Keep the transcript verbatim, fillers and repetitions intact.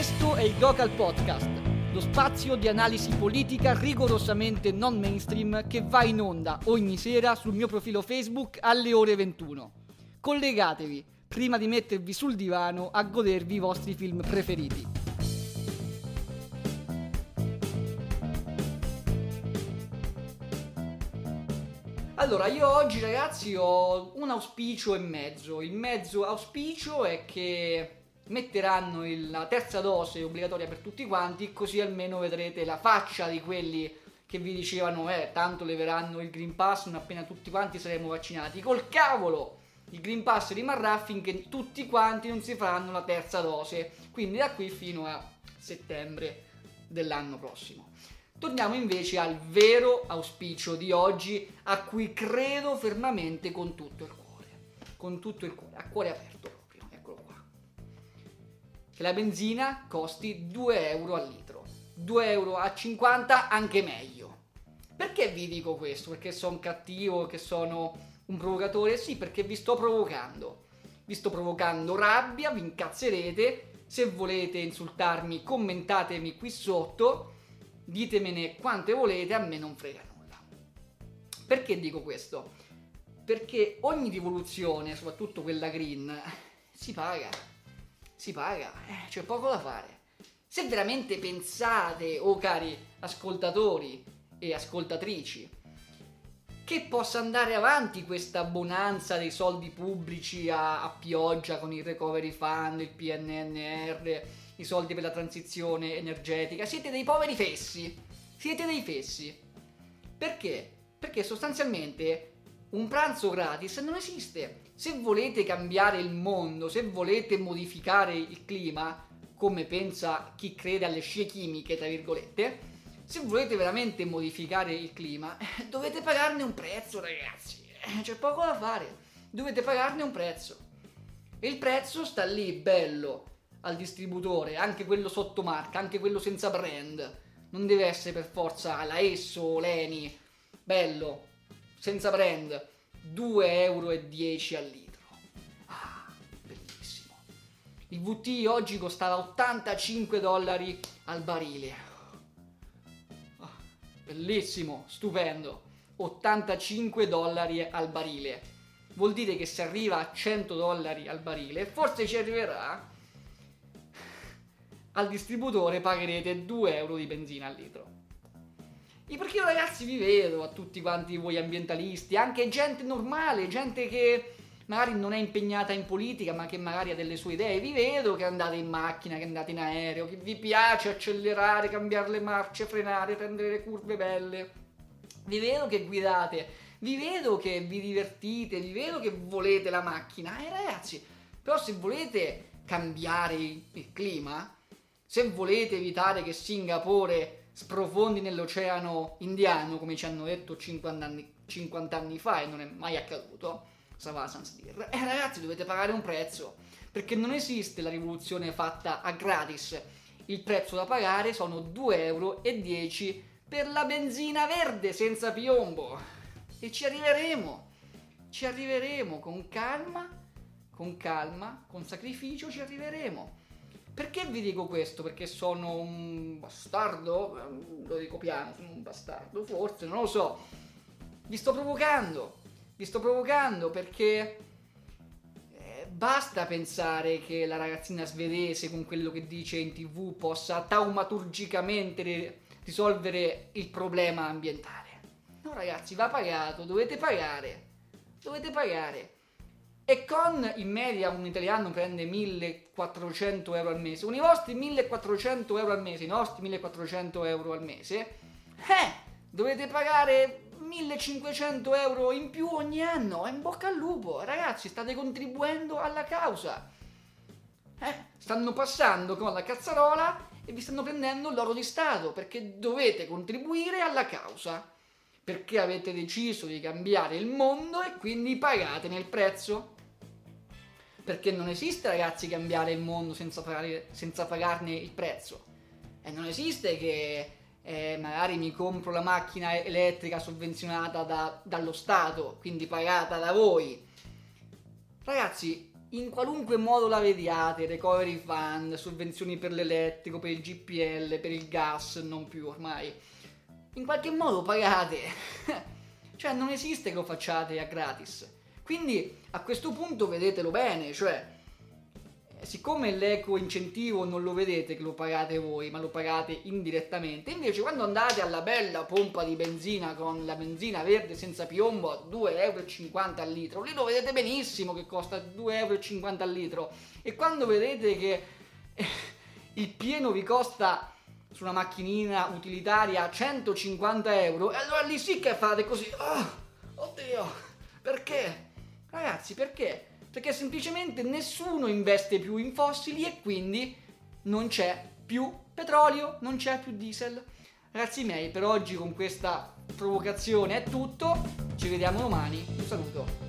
Questo è il Glocal Podcast, lo spazio di analisi politica rigorosamente non mainstream che va in onda ogni sera sul mio profilo Facebook alle ore ventuno. Collegatevi prima di mettervi sul divano a godervi i vostri film preferiti. Allora, io oggi ragazzi ho un auspicio e mezzo. Il mezzo auspicio è che metteranno il, la terza dose obbligatoria per tutti quanti, così almeno vedrete la faccia di quelli che vi dicevano eh, tanto leveranno il Green Pass non appena tutti quanti saremo vaccinati. Col cavolo! Il Green Pass rimarrà finché tutti quanti non si faranno la terza dose, quindi da qui fino a settembre dell'anno prossimo. Torniamo invece al vero auspicio di oggi, a cui credo fermamente con tutto il cuore. Con tutto il cuore, a cuore aperto proprio, eccolo qua. Che la benzina costi due euro al litro. due euro a cinquanta anche meglio. Perché vi dico questo? Perché sono cattivo, che sono un provocatore? Sì, perché vi sto provocando. Vi sto provocando rabbia, vi incazzerete. Se volete insultarmi, commentatemi qui sotto. Ditemene quante volete, a me non frega nulla. Perché dico questo? Perché ogni rivoluzione, soprattutto quella green, si paga. Si paga, eh, c'è poco da fare. Se veramente pensate, oh cari ascoltatori e ascoltatrici, che possa andare avanti questa bonanza dei soldi pubblici a, a pioggia con il Recovery Fund, il P N R R, i soldi per la transizione energetica, siete dei poveri fessi, siete dei fessi. Perché? Perché sostanzialmente un pranzo gratis non esiste. Se volete cambiare il mondo, se volete modificare il clima, come pensa chi crede alle scie chimiche, tra virgolette, se volete veramente modificare il clima, dovete pagarne un prezzo, ragazzi. C'è poco da fare. Dovete pagarne un prezzo. E il prezzo sta lì, bello, al distributore, anche quello sottomarca, anche quello senza brand. Non deve essere per forza la Esso o l'Eni. Bello, senza brand. due euro e dieci al litro. Ah, bellissimo. Il V T oggi costava ottantacinque dollari al barile. Ah, bellissimo, stupendo. ottantacinque dollari al barile. Vuol dire che se arriva a cento dollari al barile, forse ci arriverà, al distributore pagherete due euro di benzina al litro. E perché io ragazzi vi vedo a tutti quanti voi ambientalisti, anche gente normale, gente che magari non è impegnata in politica ma che magari ha delle sue idee, vi vedo che andate in macchina, che andate in aereo, che vi piace accelerare, cambiare le marce, frenare, prendere le curve belle, vi vedo che guidate, vi vedo che vi divertite, vi vedo che volete la macchina. E eh, ragazzi, però se volete cambiare il clima, se volete evitare che Singapore sprofondi nell'oceano Indiano, come ci hanno detto cinquanta anni, cinquanta anni fa e non è mai accaduto, Savà sans dire, eh ragazzi dovete pagare un prezzo, perché non esiste la rivoluzione fatta a gratis. Il prezzo da pagare sono due euro e dieci per la benzina verde senza piombo. E ci arriveremo, ci arriveremo con calma, con calma, con sacrificio ci arriveremo. Perché vi dico questo? Perché sono un bastardo? Lo dico piano, sono un bastardo, forse, non lo so. Vi sto provocando, vi sto provocando perché eh, basta pensare che la ragazzina svedese con quello che dice in tv possa taumaturgicamente ri- risolvere il problema ambientale. No ragazzi, va pagato, dovete pagare, dovete pagare. E con in media un italiano prende millequattrocento euro al mese, con i vostri millequattrocento euro al mese, i nostri millequattrocento euro al mese, eh, dovete pagare millecinquecento euro in più ogni anno. E in bocca al lupo, ragazzi, state contribuendo alla causa. Eh, stanno passando con la cazzarola e vi stanno prendendo l'oro di Stato, perché dovete contribuire alla causa. Perché avete deciso di cambiare il mondo e quindi pagatene il prezzo. Perché non esiste, ragazzi, cambiare il mondo senza, pagare, senza pagarne il prezzo. E non esiste che eh, magari mi compro la macchina elettrica sovvenzionata da, dallo Stato, quindi pagata da voi. Ragazzi, in qualunque modo la vediate, recovery fund, sovvenzioni per l'elettrico, per il G P L, per il gas, non più ormai, in qualche modo pagate. Cioè non esiste che lo facciate a gratis. Quindi a questo punto vedetelo bene, cioè siccome l'eco incentivo non lo vedete che lo pagate voi, ma lo pagate indirettamente, invece quando andate alla bella pompa di benzina con la benzina verde senza piombo a due e cinquanta euro al litro, lì lo vedete benissimo che costa due e cinquanta euro al litro, e quando vedete che il pieno vi costa su una macchinina utilitaria centocinquanta euro, e allora lì sì che fate così, oh, oddio, perché? Ragazzi, perché? Perché semplicemente nessuno investe più in fossili e quindi non c'è più petrolio, non c'è più diesel. Ragazzi miei, per oggi con questa provocazione è tutto, ci vediamo domani, un saluto.